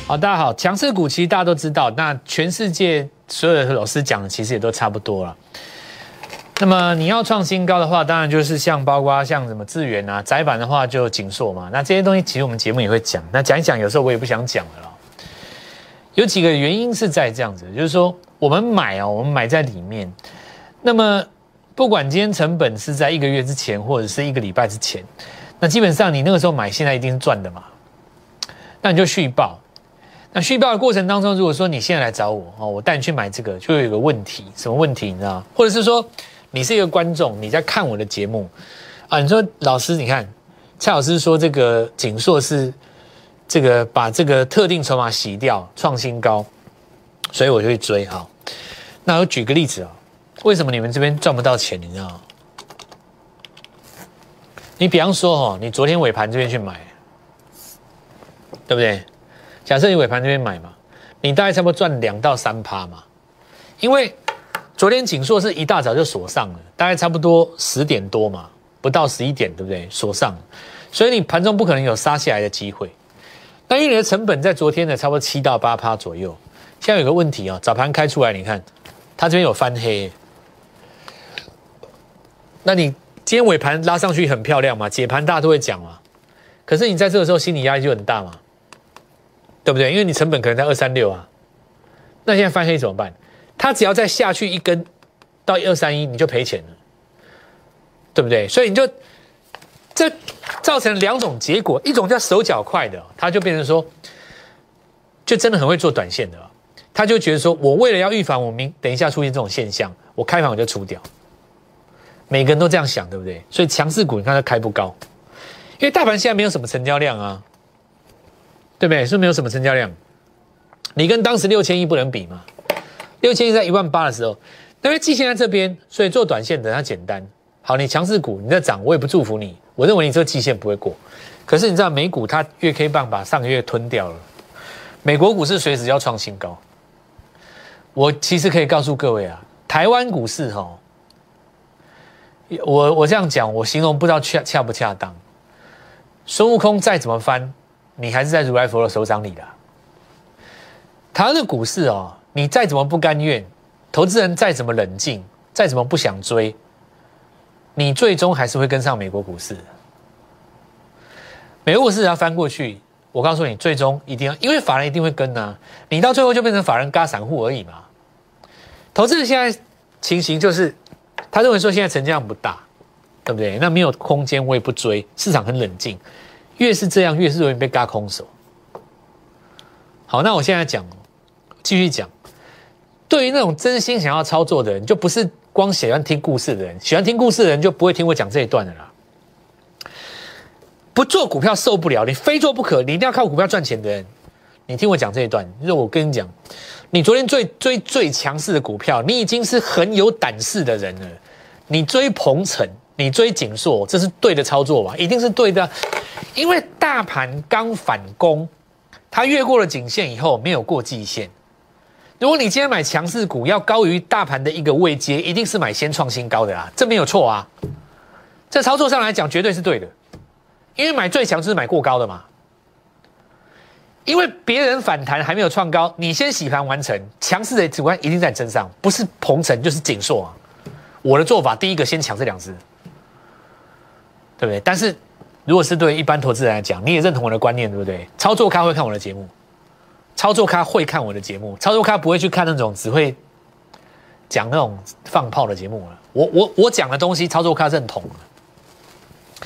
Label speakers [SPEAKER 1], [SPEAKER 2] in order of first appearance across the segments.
[SPEAKER 1] 好，大家好，强势股其实大家都知道，那全世界所有的老师讲的其实也都差不多了。那么你要创新高的话，当然就是包括像什么智原啊，窄板的话就景硕嘛。那这些东西其实我们节目也会讲，那讲一讲，有时候我也不想讲了啦。有几个原因是在这样子，就是说我们买在里面，那么不管今天成本是在1个月之前，或者是1个礼拜之前，那基本上你那个时候买，现在一定是赚的嘛。那你就续报。那续报的过程当中，如果说你现在来找我，我带你去买这个，就有一个问题，什么问题你知道？或者是说你是一个观众，你在看我的节目啊，你说老师，你看蔡老师说这个景硕是这个把这个特定筹码洗掉，创新高，所以我就去追啊。那我举个例子啊，为什么你们这边赚不到钱？你知道吗？你比方说你昨天尾盘这边去买，对不对？假设你尾盘这边买嘛，你大概差不多赚2到3%嘛，因为昨天景硕是一大早就锁上了，大概差不多10点多嘛，不到11点，对不对？锁上了，所以你盘中不可能有杀下来的机会。那因为你的成本在昨天的差不多7到8%左右，现在有个问题早盘开出来，你看它这边有翻黑，那你今天尾盘拉上去很漂亮嘛，解盘大家都会讲嘛，可是你在这个时候心理压力就很大嘛，对不对？因为你成本可能在236啊，那现在翻黑怎么办？它只要再下去一根到231，你就赔钱了，对不对？所以你就这造成2种结果，一种叫手脚快的，他就变成说，就真的很会做短线的，他就觉得说我为了要预防我等一下出现这种现象，我开盘我就出掉。每个人都这样想，对不对？所以强势股你看它开不高，因为大盘现在没有什么成交量啊，对不对？是没有什么成交量，你跟当时6000亿不能比嘛。6000亿在18000的时候，因为季线在这边，所以做短线等它简单。好，你强势股你在涨，我也不祝福你，我认为你这个季线不会过。可是你知道美股它月 K 棒把上个月吞掉了，美国股市随时要创新高。我其实可以告诉各位啊，台湾股市我这样讲，我形容不知道恰不恰当。孙悟空再怎么翻，你还是在如来佛的手掌里的。台湾的股市你再怎么不甘愿，投资人再怎么冷静，再怎么不想追，你最终还是会跟上美国股市。美国股市要翻过去，我告诉你，最终一定要，因为法人一定会跟啊，你到最后就变成法人嘎散户而已嘛。投资人现在情形就是，他认为说现在成交量不大，对不对？那没有空间，我也不追，市场很冷静，越是这样，越是容易被嘎空手。好，那我现在讲，继续讲。对于那种真心想要操作的人，就不是光喜欢听故事的人，喜欢听故事的人就不会听我讲这一段的啦。不做股票受不了，你非做不可，你一定要靠股票赚钱的人，你听我讲这一段。就是我跟你讲，你昨天最强势的股票，你已经是很有胆识的人了。你追鹏程，你追景硕，这是对的操作吧？一定是对的，因为大盘刚反攻，它越过了颈线以后没有过季线。如果你今天买强势股，要高于大盘的一个位阶，一定是买先创新高的啦，这没有错啊。这操作上来讲，绝对是对的，因为买最强就是买过高的嘛。因为别人反弹还没有创高，你先洗盘完成，强势的主观一定在你身上，不是鹏程就是景硕啊。我的做法，第一个先抢这2只，对不对？但是如果是对一般投资人来讲，你也认同我的观念，对不对？操作咖会看我的节目。操作咖会看我的节目，操作咖不会去看那种只会讲那种放炮的节目了。我讲的东西，操作咖认同了。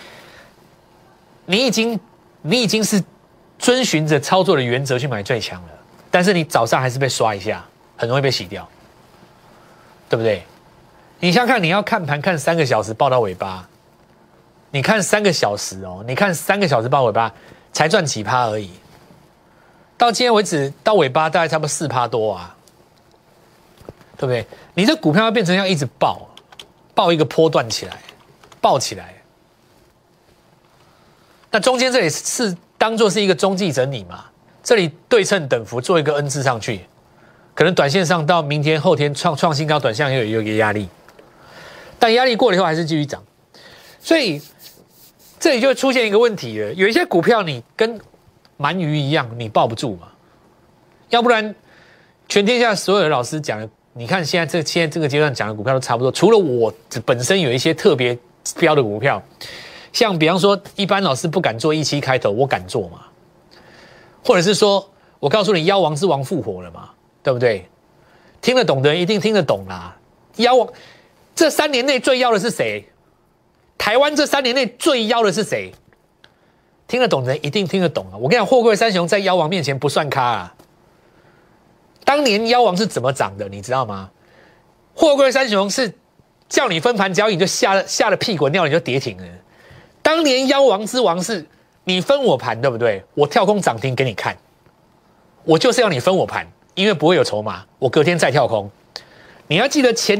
[SPEAKER 1] 你已经是遵循着操作的原则去买最强了，但是你早上还是被刷一下，很容易被洗掉，对不对？你想想看，你要看盘看3个小时报到尾巴，你看3个小时你看3个小时报尾巴才赚几%而已。到今天为止，到尾巴大概差不多4%多啊，对不对？你这股票要变成要一直爆一个波段起来，爆起来。那中间这里是当做是一个中继整理嘛，这里对称等幅做一个 N 字上去，可能短线上到明天后天创新高，短线又有一个压力，但压力过了以后还是继续涨，所以这里就会出现一个问题了，有一些股票你跟鳗鱼一样，你抱不住嘛， 要不然全天下所有的老师讲的，你看现在这个阶段讲的股票都差不多，除了我本身有一些特别标的股票，像比方说一般老师不敢做17开头，我敢做嘛，或者是说我告诉你妖王之王复活了嘛，对不对？听得懂的人一定听得懂啦。妖王这3年内最妖的是谁？台湾这3年内最妖的是谁？听得懂的人一定听得懂啊！我跟你讲，货柜三雄在妖王面前不算咖啊。当年妖王是怎么涨的，你知道吗？货柜三雄是叫你分盘交易，你就吓得屁滚尿，你就跌停了。当年妖王之王是你分我盘，对不对？我跳空涨停给你看，我就是要你分我盘，因为不会有筹码，我隔天再跳空。你要记得去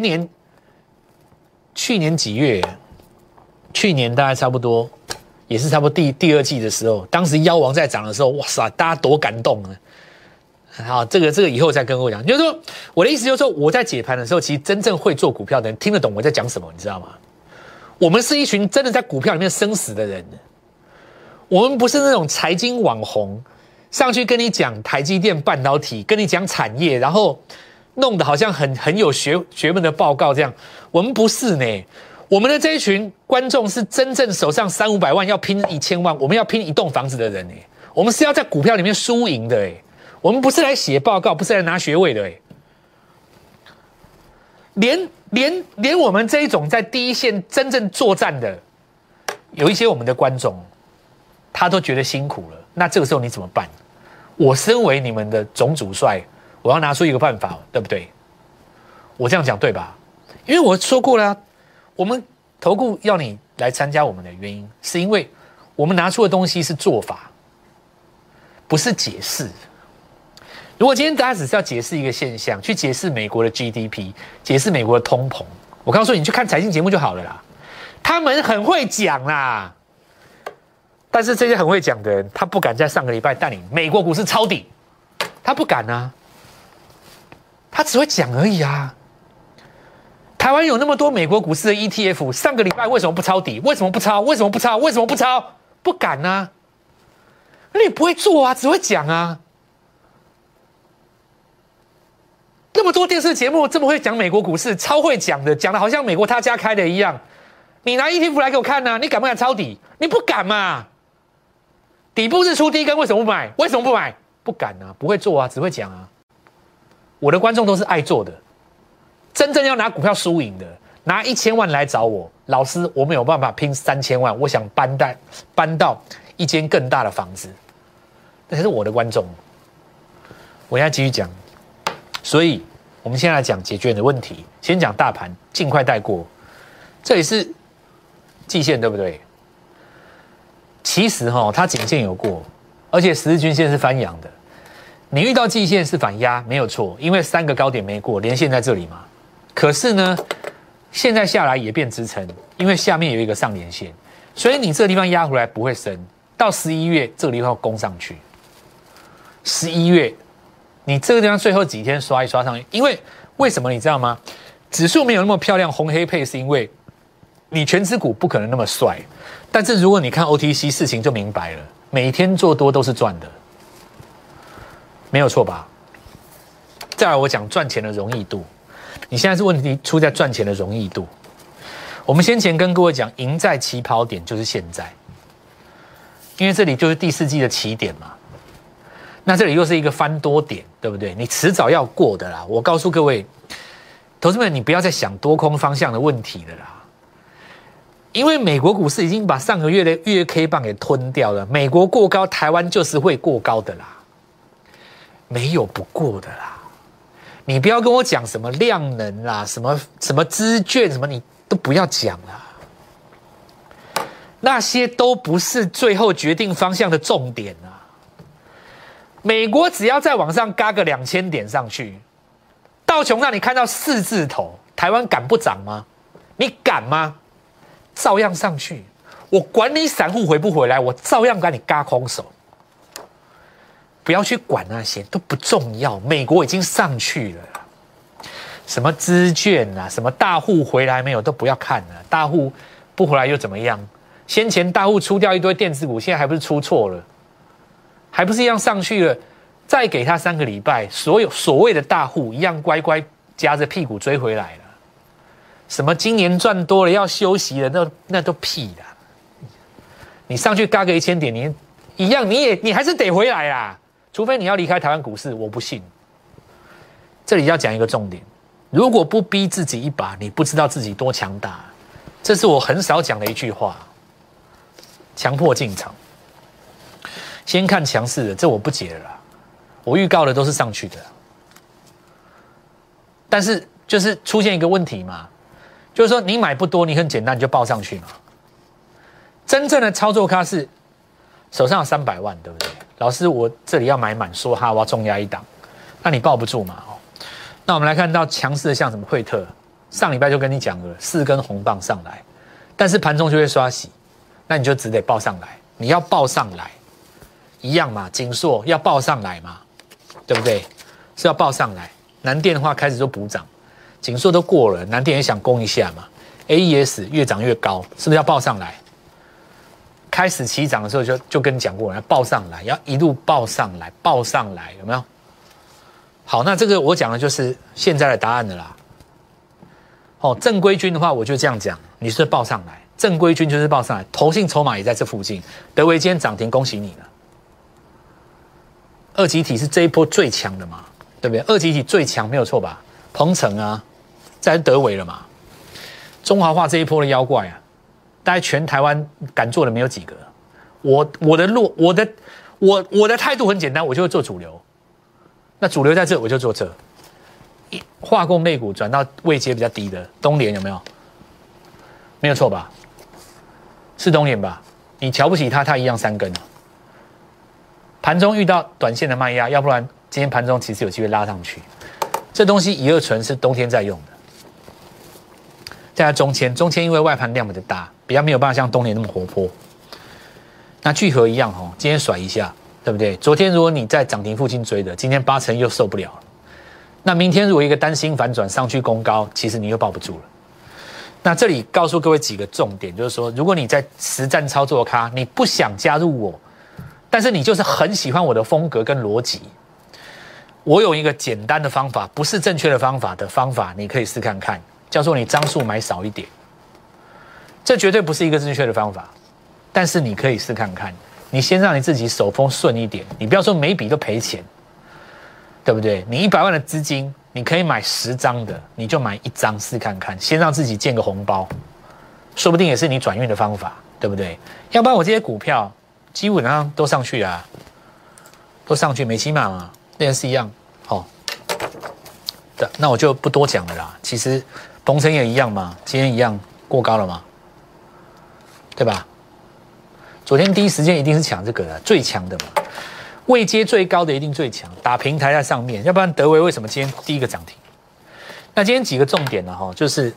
[SPEAKER 1] 年几月？去年大概差不多。也是差不多第2季的时候，当时妖王在涨的时候，哇塞，大家多感动啊！好，这个以后再跟我讲。就是说，我的意思就是说，我在解盘的时候，其实真正会做股票的人听得懂我在讲什么，你知道吗？我们是一群真的在股票里面生死的人，我们不是那种财经网红上去跟你讲台积电半导体，跟你讲产业，然后弄得好像很有学问的报告这样。我们不是呢。我们的这一群观众是真正手上300-500万要拼1000万，我们要拼1栋房子的人哎，我们是要在股票里面输赢的哎，我们不是来写报告，不是来拿学位的哎，连我们这一种在第一线真正作战的，有一些我们的观众，他都觉得辛苦了，那这个时候你怎么办？我身为你们的总主帅，我要拿出一个办法，对不对？我这样讲对吧？因为我说过了啊。我们投顾要你来参加我们的原因，是因为我们拿出的东西是做法，不是解释。如果今天大家只是要解释一个现象，去解释美国的 GDP， 解释美国的通膨，我告诉你，你去看财经节目就好了啦。他们很会讲啦，但是这些很会讲的人，他不敢在上个礼拜带你美国股市抄底，他不敢啊，他只会讲而已啊。台湾有那么多美国股市的 ETF， 上个礼拜为什么不抄底？为什么不抄？为什么不抄？为什么不抄？不敢啊！你也不会做啊，只会讲啊。那么多电视节目这么会讲美国股市，超会讲的，讲的好像美国他家开的一样。你拿 ETF 来给我看啊，你敢不敢抄底？你不敢嘛？底部日出低根，为什么不买？为什么不买？不敢啊，不会做啊，只会讲啊。我的观众都是爱做的。真正要拿股票输赢的，拿1000万来找我，老师，我没有办法拼3000万，我想搬到一间更大的房子，那才是我的观众。我现在继续讲，所以我们现在来讲解决你的问题，先讲大盘，尽快带过。这里是季线，对不对？其实它颈线有过，而且十日均线是翻阳的。你遇到季线是反压，没有错，因为3个高点没过，连线在这里嘛。可是呢，现在下来也变支撑，因为下面有一个上连线，所以你这个地方压回来不会升，到11月这个地方攻上去。11月，你这个地方最后几天刷一刷上去，因为什么你知道吗？指数没有那么漂亮，红黑配是因为你全指股不可能那么帅，但是如果你看 OTC， 事情就明白了，每天做多都是赚的，没有错吧？再来我讲赚钱的容易度。你现在是问题出在赚钱的容易度。我们先前跟各位讲，赢在起跑点就是现在，因为这里就是第4季的起点嘛。那这里又是一个翻多点，对不对？你迟早要过的啦。我告诉各位，投资们，你不要再想多空方向的问题了啦。因为美国股市已经把上个月的月 K 棒给吞掉了，美国过高，台湾就是会过高的啦，没有不过的啦。你不要跟我讲什么量能啦，什么资券，什么你都不要讲啦，那些都不是最后决定方向的重点啊。美国只要再往上嘎个2000点上去，道琼让你看到4字头，台湾敢不涨吗？你敢吗？照样上去，我管你散户回不回来，我照样把你嘎空手。不要去管那些，都不重要。美国已经上去了，什么资券啊，什么大户回来没有都不要看了。大户不回来又怎么样？先前大户出掉一堆电子股，现在还不是出错了，还不是一样上去了？ 再给他3个礼拜，所有所谓的大户一样乖乖夹着屁股追回来了。什么今年赚多了要休息了，那都屁啦！你上去嘎个1000点，你一样，你还是得回来啦。除非你要离开台湾股市，我不信。这里要讲一个重点：如果不逼自己一把，你不知道自己多强大。这是我很少讲的一句话。强迫进场，先看强势的，这我不解了啦。我预告的都是上去的，但是就是出现一个问题嘛，就是说你买不多，你很简单你就报上去嘛。真正的操作咖是手上有300万，对不对？老师，我这里要买满，说哈，我要重压一档，那你抱不住嘛？哦，那我们来看到强势的像什么惠特，上礼拜就跟你讲了，4根红棒上来，但是盘中就会刷洗，那你就只得报上来。你要报上来，一样嘛，景硕要报上来嘛。对不对？是要报上来。南电的话开始就补涨，景硕都过了，南电也想攻一下嘛。AES 越涨越高，是不是要报上来？开始起涨的时候就跟你讲过了，要报上来，要一路报上来，报上来，有没有？好，那这个我讲的就是现在的答案的啦。哦，正规军的话，我就这样讲，你是报上来，正规军就是报上来，投信筹码也在这附近。德微今天涨停，恭喜你了。二级体是这一波最强的嘛，对不对？二级体最强没有错吧？鹏程啊，再来德微了嘛。中华化这一波的妖怪啊，大概全台湾敢做的没有几个。我的态度很简单，我就会做主流。那主流在这，我就做这。化工类股转到位阶比较低的东联有没有？没有错吧？是东联吧？你瞧不起它，它一样3根啊。盘中遇到短线的卖压，要不然今天盘中其实有机会拉上去。这东西乙二醇是冬天在用的。再来中签因为外盘量比较大，比较没有办法像冬年那么活泼。那聚合一样哦，今天甩一下，对不对？昨天如果你在涨停附近追的，今天8成又受不了了。那明天如果一个担心反转上去攻高，其实你又抱不住了。那这里告诉各位几个重点，就是说，如果你在实战操作咖，你不想加入我。但是你就是很喜欢我的风格跟逻辑，我有一个简单的方法，不是正确的方法，你可以试看看，叫做你张数买少一点。这绝对不是一个正确的方法，但是你可以试看看。你先让你自己手风顺一点，你不要说每笔都赔钱，对不对？你100万的资金，你可以买10张的，你就买1张试看看，先让自己建个红包，说不定也是你转运的方法，对不对？要不然我这些股票。基本上都上去啊，都上去，美琪玛嘛，那也是一样。好，那我就不多讲了啦。其实鹏程也一样嘛，今天一样过高了嘛，对吧？昨天第一时间一定是抢这个的，最强的嘛，位阶最高的一定最强，打平台在上面，要不然德微为什么今天第一个涨停？那今天几个重点呢？哈，就是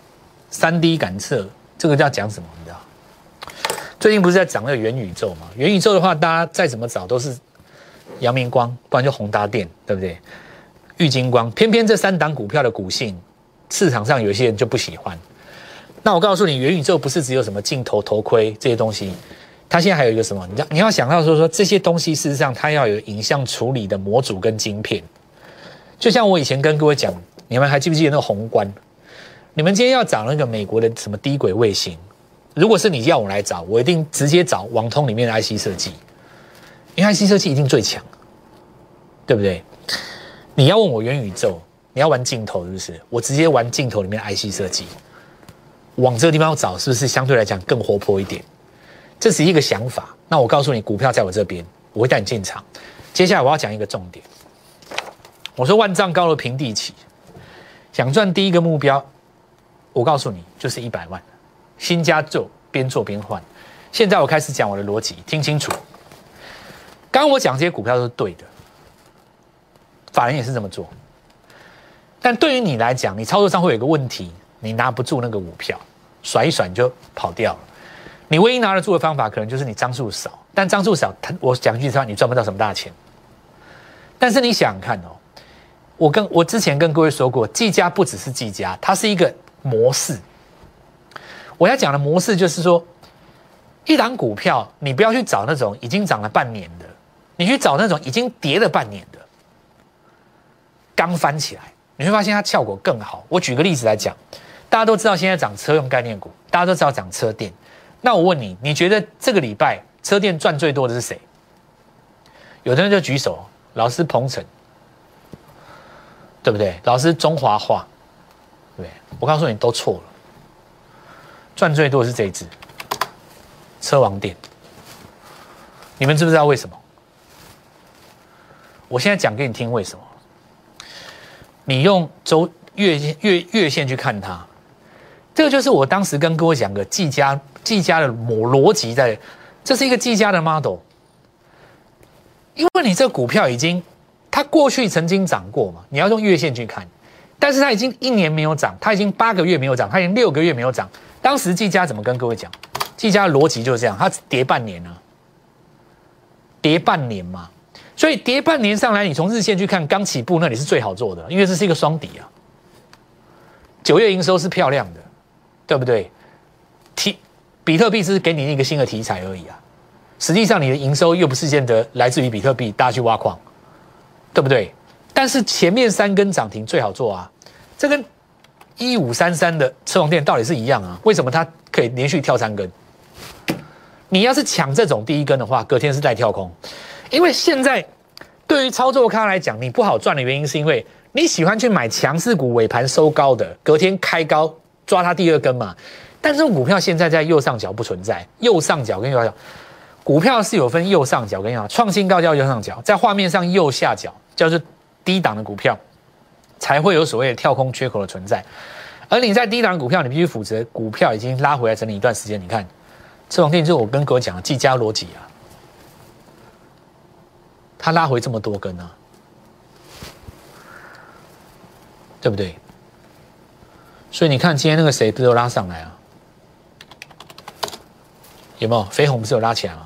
[SPEAKER 1] 3D 感测，这个要讲什么？你知道？最近不是在讲那个元宇宙嘛？元宇宙的话，大家再怎么找都是阳明光，不然就宏达电，对不对？玉晶光，偏偏这3档股票的股性，市场上有些人就不喜欢。那我告诉你，元宇宙不是只有什么镜头、头盔这些东西，它现在还有一个什么？你要想到说这些东西，事实上它要有影像处理的模组跟晶片。就像我以前跟各位讲，你们还记不记得那个宏观？你们今天要找那个美国的什么低轨卫星？如果是你要我来找，我一定直接找网通里面的 IC 设计，因为 IC 设计一定最强，对不对？你要问我元宇宙，你要玩镜头是不是？我直接玩镜头里面的 IC 设计，往这个地方找是不是相对来讲更活泼一点？这是一个想法。那我告诉你，股票在我这边，我会带你进场。接下来我要讲一个重点，我说万丈高楼平地起，想赚第一个目标，我告诉你就是100万。新加做，边做边换。现在我开始讲我的逻辑，听清楚。刚刚我讲这些股票都是对的，法人也是这么做。但对于你来讲，你操作上会有一个问题，你拿不住那个股票，甩一甩你就跑掉了。你唯一拿得住的方法，可能就是你张数少。但张数少，我讲句实话，你赚不到什么大钱。但是你想想看哦，我之前跟各位说过，技嘉不只是技嘉，它是一个模式。我要讲的模式就是说，一档股票你不要去找那种已经涨了半年的， 你去找那种已经跌了半年的，刚翻起来，你会发现它效果更好。我举个例子来讲，大家都知道现在涨车用概念股，大家都知道涨车电。那我问你，你觉得这个礼拜车电赚最多的是谁？有的人就举手，老师鹏程，对不对？老师中华化，对不对？我告诉你，都错了。赚最多的是这一支车王电。你们知不知道为什么？我现在讲给你听为什么。你用月线去看它，这个就是我当时跟各位讲的技嘉的逻辑在，这是一个技嘉的 model。因为你这个股票已经，它过去曾经涨过嘛，你要用月线去看，但是它已经1年没有涨，它已经8个月没有涨，它已经6个月没有涨。当时技嘉怎么跟各位讲？技嘉的逻辑就是这样，它跌半年啊，跌半年嘛，所以跌半年上来，你从日线去看，刚起步那里是最好做的，因为这是一个双底啊。9月营收是漂亮的，对不对？比特币只是给你一个新的题材而已啊。实际上你的营收又不是见得来自于比特币，大家去挖矿，对不对？但是前面3根涨停最好做啊，这跟1533的车王电道理是一样啊。为什么它可以连续跳3根？你要是抢这种第1根的话，隔天是带跳空，因为现在对于操作咖来讲，你不好赚的原因是因为你喜欢去买强势股尾盘收高的，隔天开高抓它第2根嘛。但是这种股票现在在右上角不存在，右上角跟右下角，股票是有分右上角跟右上角，创新高叫右上角，在画面上右下角叫做低档的股票，才会有所谓的跳空缺口的存在。而你在低档股票，你必须负责股票已经拉回来整理一段时间。你看，车王电就是我跟各位讲的技嘉逻辑啊，它拉回这么多根啊，对不对？所以你看今天那个谁不是有拉上来啊？有没有？飞鸿不是有拉起来吗？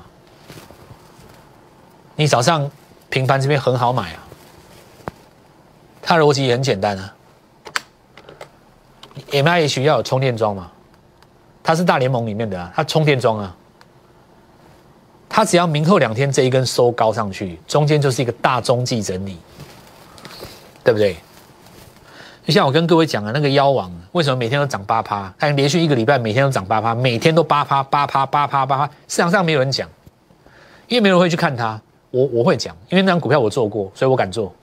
[SPEAKER 1] 你早上平盘这边很好买啊，它的逻辑也很简单啊。MIH 要有充电桩嘛，它是大联盟里面的啊，它充电桩啊，它只要明后2天这一根收高上去，中间就是一个大中继整理，对不对？就像我跟各位讲的那个妖王，为什么每天都涨8%？它连续1个礼拜每天都涨8%，每天都8%，市场上没有人讲，因为没有人会去看它。我会讲，因为那张股票我做过，所以我敢做。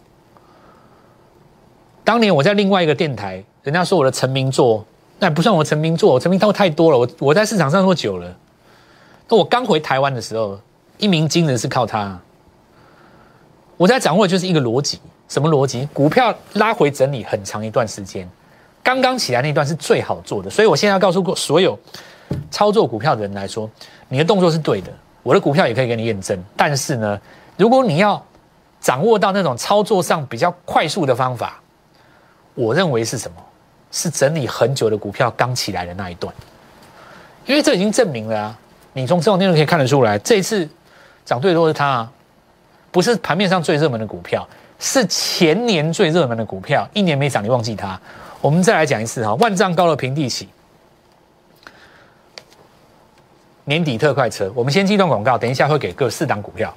[SPEAKER 1] 当年我在另外一个电台，人家说我的成名作，那也不算我的成名作，我成名作太多了。我在市场上那么久了，那我刚回台湾的时候，一鸣惊人是靠它。我在掌握的就是一个逻辑。什么逻辑？股票拉回整理很长一段时间，刚刚起来那段是最好做的。所以我现在要告诉所有操作股票的人来说，你的动作是对的，我的股票也可以给你验证。但是呢，如果你要掌握到那种操作上比较快速的方法，我认为是什么？是整理很久的股票刚起来的那一段，因为这已经证明了啊，你从这种内容可以看得出来，这一次涨最多是它啊，不是盘面上最热门的股票。是前年最热门的股票，1年没涨，你忘记它。我们再来讲一次哈，万丈高楼平地起，年底特快车。我们先进一段广告，等一下会给各4档股票。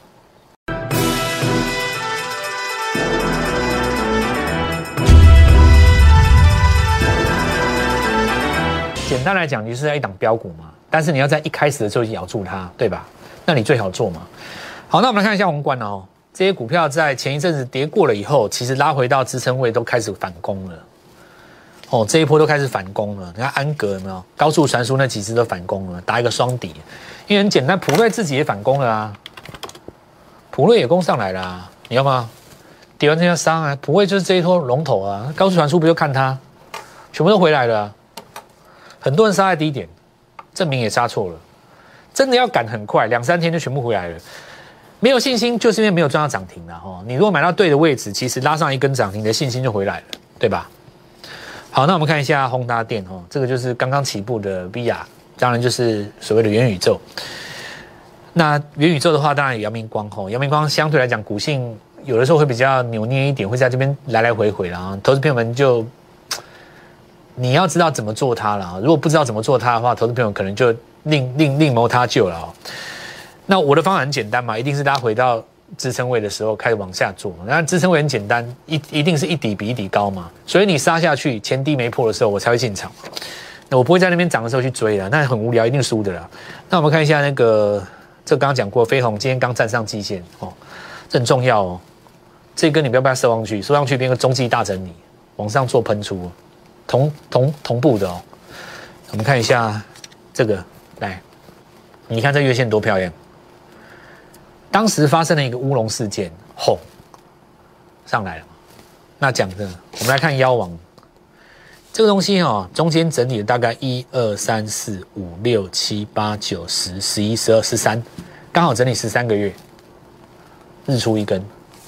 [SPEAKER 1] 简单来讲，你就是在一档标股嘛，但是你要在一开始的时候咬住它，对吧？那你最好做嘛。好，那我们来看一下宏观哦。这些股票在前一阵子跌过了以后，其实拉回到支撑位都开始反攻了。哦，这一波都开始反攻了。你看安格有没有？高速传输那几只都反攻了，打一个双底。因为很简单，普瑞自己也反攻了啊，普瑞也攻上来了啊，你要吗？跌完这些伤啊，普瑞就是这一波龙头啊，高速传输不就看它，全部都回来了啊。很多人杀在低点，证明也杀错了。真的要赶很快，2、3天就全部回来了。没有信心，就是因为没有赚到涨停了哈。你如果买到对的位置，其实拉上一根涨停，你的信心就回来了，对吧？好，那我们看一下宏达电哦，这个就是刚刚起步的 VR， 当然就是所谓的元宇宙。那元宇宙的话，当然有阳明光哈，阳明光相对来讲股性有的时候会比较扭捏一点，会在这边来来回回啦。投资朋友们就你要知道怎么做它了，如果不知道怎么做它的话，投资朋友可能就另谋他救了哦。那我的方法很简单嘛，一定是拉回到支撑位的时候开始往下做，那支撑位很简单，一定是一底比一底高嘛，所以你杀下去前低没破的时候，我才会进场。那我不会在那边涨的时候去追了，那很无聊，一定输的啦。那我们看一下那个，这刚刚讲过，飞鸿今天刚站上季线哦，这很重要哦。这根你不要把它收上去，收上去变个中继大整理，往上做喷出，同步的哦。我们看一下这个，来，你看这月线多漂亮。当时发生了一个乌龙事件，轰上来了嘛。那讲的，我们来看腰王这个东西哦，中间整理了大概1、2、3、4、5、6、7、8、9、10、11、12、13，刚好整理13个月，日出一根。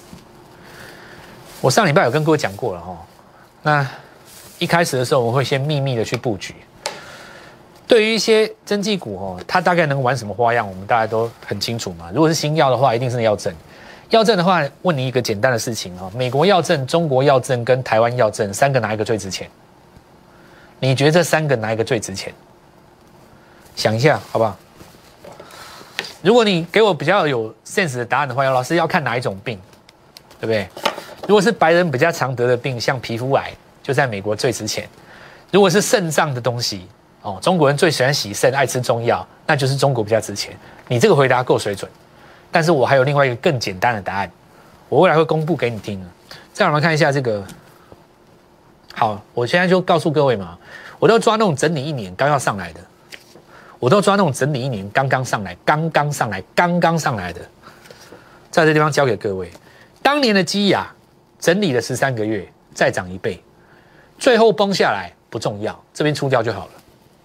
[SPEAKER 1] 我上礼拜有跟各位讲过了哈，那一开始的时候，我们会先秘密的去布局。对于一些生技股哦，它大概能玩什么花样，我们大家都很清楚嘛。如果是新药的话，一定是药证。药证的话，问你一个简单的事情哦：美国药证、中国药证跟台湾药证3个哪一个最值钱？你觉得这3个哪一个最值钱？想一下好不好？如果你给我比较有 sense 的答案的话，老师要看哪一种病，对不对？如果是白人比较常得的病，像皮肤癌，就在美国最值钱。如果是肾脏的东西，哦，中国人最喜欢洗肾，爱吃中药，那就是中国比较值钱。你这个回答够水准，但是我还有另外一个更简单的答案，我未来会公布给你听的。再来我们看一下这个，好，我现在就告诉各位嘛，我都抓那种整理1年刚要上来的，我都抓那种整理1年刚刚上来的，在这地方教给各位，当年的基亚整理了13个月，再涨1倍，最后崩下来不重要，这边出掉就好了。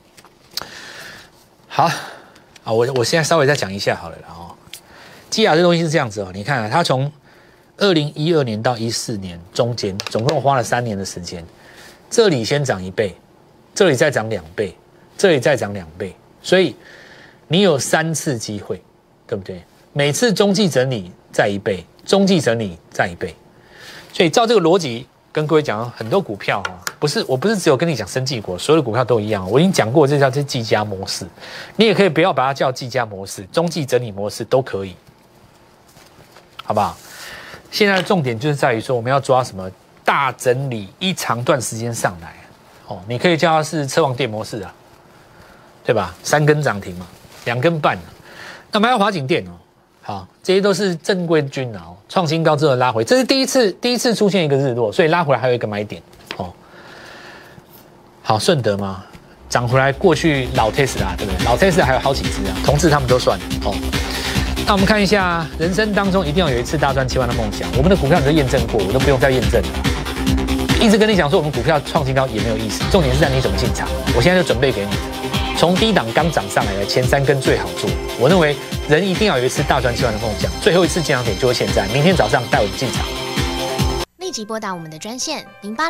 [SPEAKER 1] 好啊，我现在稍微再讲一下好了啦哦。基亚这东西是这样子哦，你看啊，它从2012年到14年中间，总共花了3年的时间，这里先涨1倍，这里再涨2倍，这里再涨2倍，所以你有3次机会，对不对？每次中继整理再1倍，中继整理再1倍，所以照这个逻辑。跟各位讲，很多股票我不是只有跟你讲生技股，所有的股票都一样。我已经讲过，这叫技嘉模式，你也可以不要把它叫技嘉模式，中继整理模式都可以，好不好？现在的重点就是在于说，我们要抓什么大整理一长段时间上来哦，你可以叫它是车王电模式啊，对吧？3根涨停嘛，2根半啊，那么要华景电哦。好，这些都是正规军啊，创新高之后拉回，这是第一次出现一个日落，所以拉回来还有一个买点哦。好，顺德嘛，涨回来过去老 Tesla 对不对？老 Tesla 还有好几只啊，同志他们都算哦。那我们看一下，人生当中一定要有一次大赚7万的梦想，我们的股票你都验证过，我都不用再验证了。一直跟你讲说我们股票创新高也没有意思，重点是在你怎么进场。我现在就准备给你。从低档刚涨上来的前3根最好做，我认为人一定要有一次大赚7万的梦想，最后一次进场点就会现在，明天早上带我们进场。
[SPEAKER 2] 立即拨打我们的专线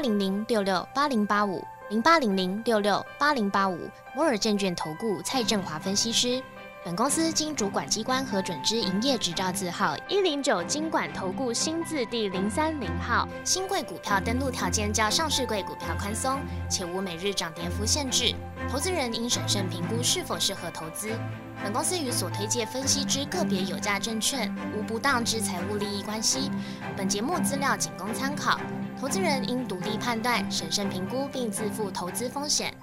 [SPEAKER 2] 08006680850800668085摩尔证券投顾蔡正华分析师。本公司经主管机关核准之营业执照字号109金管投顾新字第030号。新贵股票登录条件较上市贵股票宽松，且无每日涨跌幅限制。投资人应审慎评估是否适合投资。本公司与所推介分析之个别有价证券无不当之财务利益关系。本节目资料仅供参考，投资人应独立判断、审慎评估并自负投资风险。